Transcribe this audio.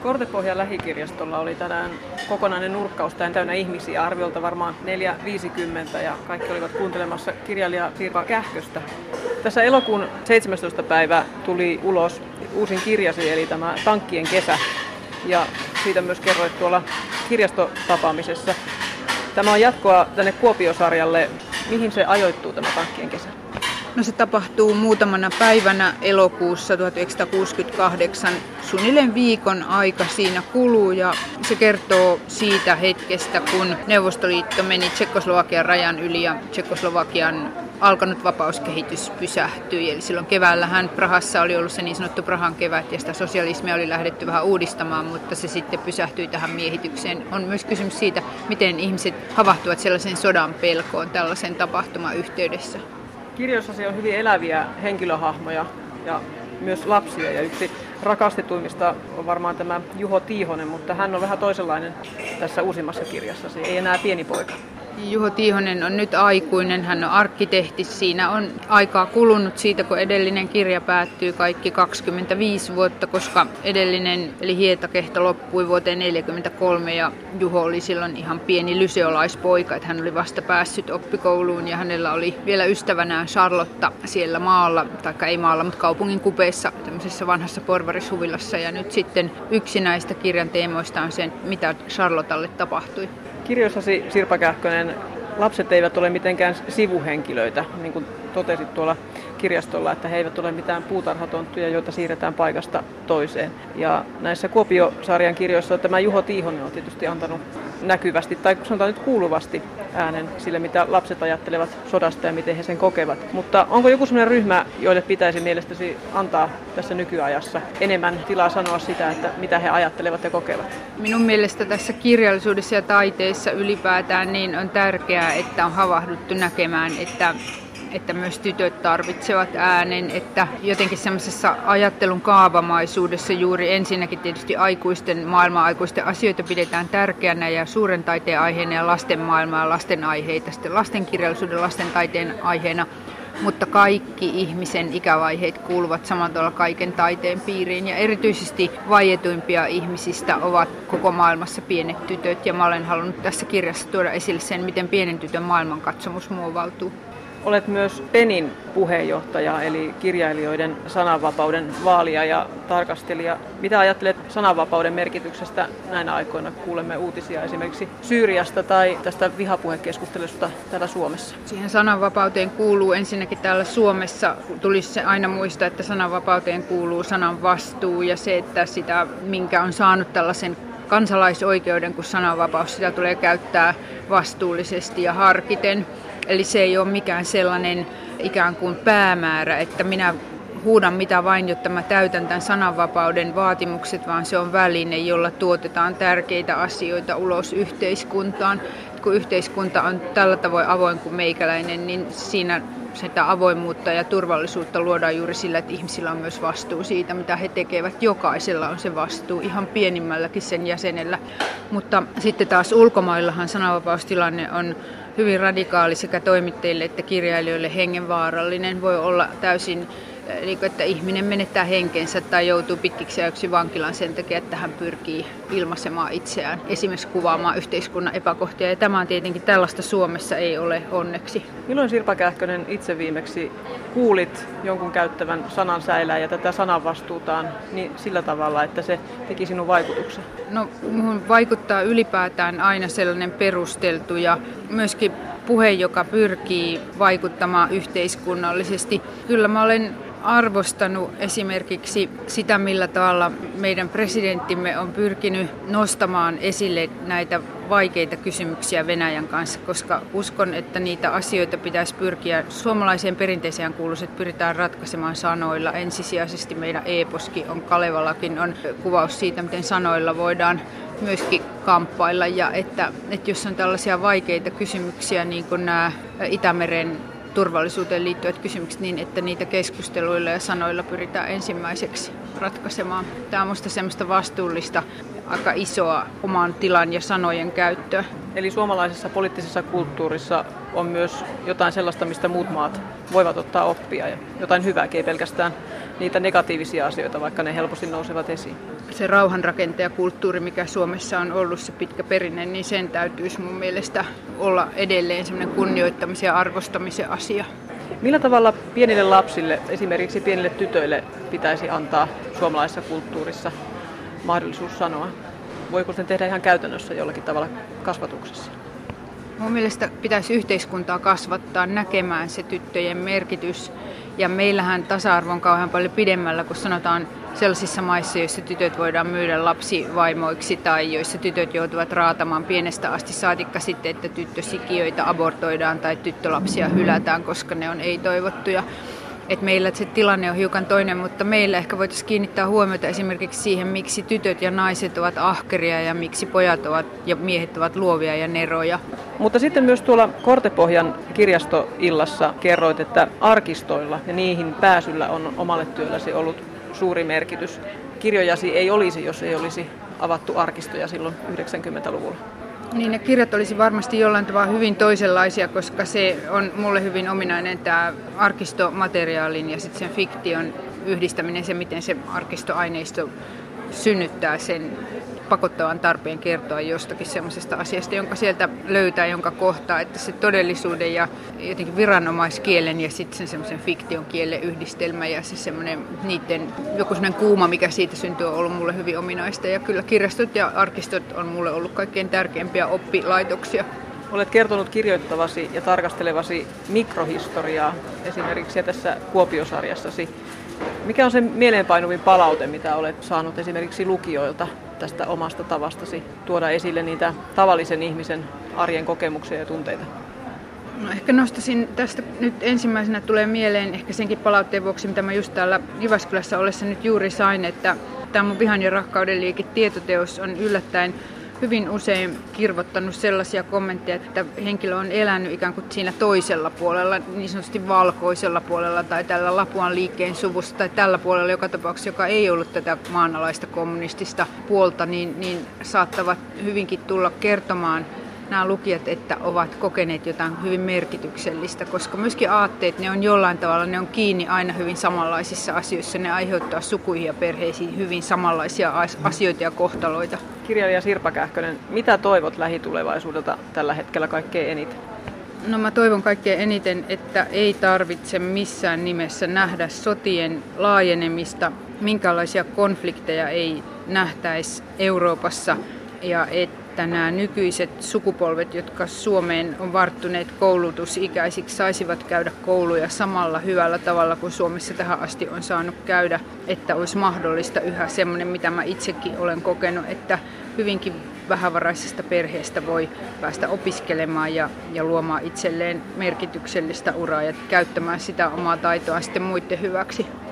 Kortepohjan lähikirjastolla oli tänään kokonainen nurkkaus täynnä ihmisiä, arviolta varmaan 450, ja kaikki olivat kuuntelemassa kirjailija Sirpa Kähköstä. Tässä elokuun 17. päivä tuli ulos uusin kirjasi, eli tämä Tankkien kesä, ja siitä myös kerroit tuolla kirjastotapaamisessa. Tämä on jatkoa tänne Kuopio-sarjalle. Mihin se ajoittuu tämä Tankkien kesä? No se tapahtuu muutamana päivänä elokuussa 1968. Suunnilleen viikon aika siinä kuluu ja se kertoo siitä hetkestä, kun Neuvostoliitto meni Tšekkoslovakian rajan yli ja Tšekkoslovakian alkanut vapauskehitys pysähtyi. Eli silloin keväällähän Prahassa oli ollut se niin sanottu Prahan kevät ja sitä sosialismia oli lähdetty vähän uudistamaan, mutta se sitten pysähtyi tähän miehitykseen. On myös kysymys siitä, miten ihmiset havahtuvat sellaisen sodan pelkoon tällaisen tapahtuman yhteydessä. Kirjoissasi on hyvin eläviä henkilöhahmoja ja myös lapsia, ja yksi rakastetuimmista on varmaan tämä Juho Tiihonen, mutta hän on vähän toisenlainen tässä uusimmassa kirjassasi, ei enää pieni poika. Juho Tiihonen on nyt aikuinen, hän on arkkitehti. Siinä on aikaa kulunut siitä, kun edellinen kirja päättyy, kaikki 25 vuotta, koska edellinen eli Hietakehto loppui vuoteen 1943 ja Juho oli silloin ihan pieni lyseolaispoika, että hän oli vasta päässyt oppikouluun ja hänellä oli vielä ystävänään Charlotta siellä maalla, taikka ei maalla, mutta kaupungin kupeessa, tämmöisessä vanhassa porvarishuvilassa, ja nyt sitten yksi näistä kirjan teemoista on sen, mitä Charlottalle tapahtui. Kirjoissasi, Sirpa Kähkönen, lapset eivät ole mitenkään sivuhenkilöitä, niin kuin totesit tuolla kirjastolla, että he eivät ole mitään puutarhatonttuja, joita siirretään paikasta toiseen. Ja näissä Kuopio-sarjan kirjoissa tämä Juho Tiihonen on tietysti antanut näkyvästi, tai sanotaan nyt kuuluvasti äänen sille, mitä lapset ajattelevat sodasta ja miten he sen kokevat. Mutta onko joku sellainen ryhmä, joille pitäisi mielestäsi antaa tässä nykyajassa enemmän tilaa sanoa sitä, että mitä he ajattelevat ja kokevat? Minun mielestä tässä kirjallisuudessa ja taiteessa ylipäätään niin on tärkeää, että on havahduttu näkemään, että myös tytöt tarvitsevat äänen, että jotenkin semmoisessa ajattelun kaavamaisuudessa juuri ensinnäkin tietysti maailman-aikuisten asioita pidetään tärkeänä ja suuren taiteen aiheena ja lasten maailmaa ja lasten aiheita, sitten lastenkirjallisuuden, lasten taiteen aiheena, mutta kaikki ihmisen ikävaiheet kuuluvat samalla tavalla kaiken taiteen piiriin ja erityisesti vaietuimpia ihmisistä ovat koko maailmassa pienet tytöt ja mä olen halunnut tässä kirjassa tuoda esille sen, miten pienen tytön maailmankatsomus muovautuu. Olet myös PENin puheenjohtaja, eli kirjailijoiden sananvapauden vaalija ja tarkastelija. Mitä ajattelet sananvapauden merkityksestä näinä aikoina? Kuulemme uutisia esimerkiksi Syyriasta tai tästä vihapuhekeskustelusta täällä Suomessa. Siihen sananvapauteen kuuluu ensinnäkin täällä Suomessa. Tulisi se aina muistaa, että sananvapauteen kuuluu sanan vastuu ja se, että sitä, minkä on saanut tällaisen kansalaisoikeuden kuin sananvapaus, sitä tulee käyttää vastuullisesti ja harkiten. Eli se ei ole mikään sellainen ikään kuin päämäärä, että minä huudan mitä vain, jotta mä täytän tämän sananvapauden vaatimukset, vaan se on väline, jolla tuotetaan tärkeitä asioita ulos yhteiskuntaan. Kun yhteiskunta on tällä tavoin avoin kuin meikäläinen, niin siinä sitä avoimuutta ja turvallisuutta luodaan juuri sillä, että ihmisillä on myös vastuu siitä, mitä he tekevät. Jokaisella on se vastuu, ihan pienimmälläkin sen jäsenellä. Mutta sitten taas ulkomaillahan sananvapaustilanne on hyvin radikaali sekä toimittajille että kirjailijoille hengenvaarallinen. Voi olla täysin, että ihminen menettää henkensä tai joutuu pitkiksi ajoiksi vankilaan sen takia, että hän pyrkii ilmaisemaan itseään, esimerkiksi kuvaamaan yhteiskunnan epäkohtia. Ja tämä on tietenkin tällaista Suomessa ei ole onneksi. Milloin, Sirpa Kähkönen, itse viimeksi kuulit jonkun käyttävän sanan säilää ja tätä sananvastuutaan niin sillä tavalla, että se teki sinun vaikutuksen? No, minuun vaikuttaa ylipäätään aina sellainen perusteltu ja myöskin puhe, joka pyrkii vaikuttamaan yhteiskunnallisesti. Kyllä mä olen arvostanut esimerkiksi sitä, millä tavalla meidän presidenttimme on pyrkinyt nostamaan esille näitä vaikeita kysymyksiä Venäjän kanssa, koska uskon, että niitä asioita pitäisi pyrkiä, suomalaiseen perinteiseen kuuluisi, että pyritään ratkaisemaan sanoilla. Ensisijaisesti meidän eposkin on, Kalevalakin on kuvaus siitä, miten sanoilla voidaan myöskin kamppailla ja että jos on tällaisia vaikeita kysymyksiä, niin kuin nämä Itämeren turvallisuuteen liittyvät kysymykset, niin että niitä keskusteluilla ja sanoilla pyritään ensimmäiseksi ratkaisemaan. Tämä on minusta semmoista vastuullista, aika isoa oman tilan ja sanojen käyttöä. Eli suomalaisessa poliittisessa kulttuurissa on myös jotain sellaista, mistä muut maat voivat ottaa oppia ja jotain hyvääkin, ei pelkästään niitä negatiivisia asioita, vaikka ne helposti nousevat esiin. Se rauhanrakentajakulttuuri, mikä Suomessa on ollut se pitkä perinne, niin sen täytyisi mun mielestä olla edelleen semmoinen kunnioittamisen ja arvostamisen asia. Millä tavalla pienille lapsille, esimerkiksi pienille tytöille, pitäisi antaa suomalaisessa kulttuurissa mahdollisuus sanoa? Voiko sen tehdä ihan käytännössä jollakin tavalla kasvatuksessa? Mun mielestä pitäisi yhteiskuntaa kasvattaa näkemään se tyttöjen merkitys. Ja meillähän tasa-arvo on kauhean paljon pidemmällä, kun sanotaan sellaisissa maissa, joissa tytöt voidaan myydä lapsivaimoiksi tai joissa tytöt joutuvat raatamaan pienestä asti, saatikka sitten, että tyttösikiöitä abortoidaan tai tyttölapsia hylätään, koska ne on ei-toivottuja. Et meillä se tilanne on hiukan toinen, mutta meillä ehkä voitaisiin kiinnittää huomiota esimerkiksi siihen, miksi tytöt ja naiset ovat ahkeria ja miksi pojat ovat ja miehet ovat luovia ja neroja. Mutta sitten myös tuolla Kortepohjan kirjastoillassa kerroit, että arkistoilla ja niihin pääsyllä on omalle työlläsi ollut suuri merkitys. Kirjojasi ei olisi, jos ei olisi avattu arkistoja silloin 90-luvulla. Niin, ne kirjat olisi varmasti jollain tavalla hyvin toisenlaisia, koska se on mulle hyvin ominainen tämä arkistomateriaalin ja sitten sen fiktion yhdistäminen, se miten se arkistoaineisto synnyttää sen pakottavan tarpeen kertoa jostakin semmoisesta asiasta, jonka sieltä löytää, jonka kohtaa, että se todellisuuden ja jotenkin viranomaiskielen ja sitten sen semmoisen fiktion kielen yhdistelmä ja se semmoinen niiden joku semmoinen kuuma, mikä siitä syntyy, on ollut mulle hyvin ominaista. Ja kyllä kirjastot ja arkistot on mulle ollut kaikkein tärkeimpiä oppilaitoksia. Olet kertonut kirjoittavasi ja tarkastelevasi mikrohistoriaa esimerkiksi tässä Kuopio-sarjassasi. Mikä on se mieleenpainuvin palaute, mitä olet saanut esimerkiksi lukijoilta tästä omasta tavastasi tuoda esille niitä tavallisen ihmisen arjen kokemuksia ja tunteita? No ehkä nostaisin tästä nyt ensimmäisenä tulee mieleen ehkä senkin palautteen vuoksi, mitä mä just täällä Jyväskylässä ollessa nyt juuri sain, että tämä mun Vihan ja rakkauden liike -tietoteos on yllättäen hyvin usein kirvottanut sellaisia kommentteja, että henkilö on elänyt ikään kuin siinä toisella puolella, niin sanotusti valkoisella puolella tai tällä Lapuan liikkeen suvussa tai tällä puolella joka tapauksessa, joka ei ollut tätä maanalaista kommunistista puolta, niin saattavat hyvinkin tulla kertomaan nämä lukijat, että ovat kokeneet jotain hyvin merkityksellistä, koska myöskin aatteet, ne on jollain tavalla, ne on kiinni aina hyvin samanlaisissa asioissa, ne aiheuttaa sukuihin ja perheisiin hyvin samanlaisia asioita ja kohtaloita. Kirjailija Sirpa Kähkönen, mitä toivot lähitulevaisuudelta tällä hetkellä kaikkein eniten? No mä toivon kaikkein eniten, että ei tarvitse missään nimessä nähdä sotien laajenemista, minkälaisia konflikteja ei nähtäisi Euroopassa ja että nämä nykyiset sukupolvet, jotka Suomeen on varttuneet koulutusikäisiksi, saisivat käydä kouluja samalla hyvällä tavalla kuin Suomessa tähän asti on saanut käydä, että olisi mahdollista yhä semmoinen, mitä mä itsekin olen kokenut, että hyvinkin vähävaraisesta perheestä voi päästä opiskelemaan ja luomaan itselleen merkityksellistä uraa ja käyttämään sitä omaa taitoa sitten muiden hyväksi.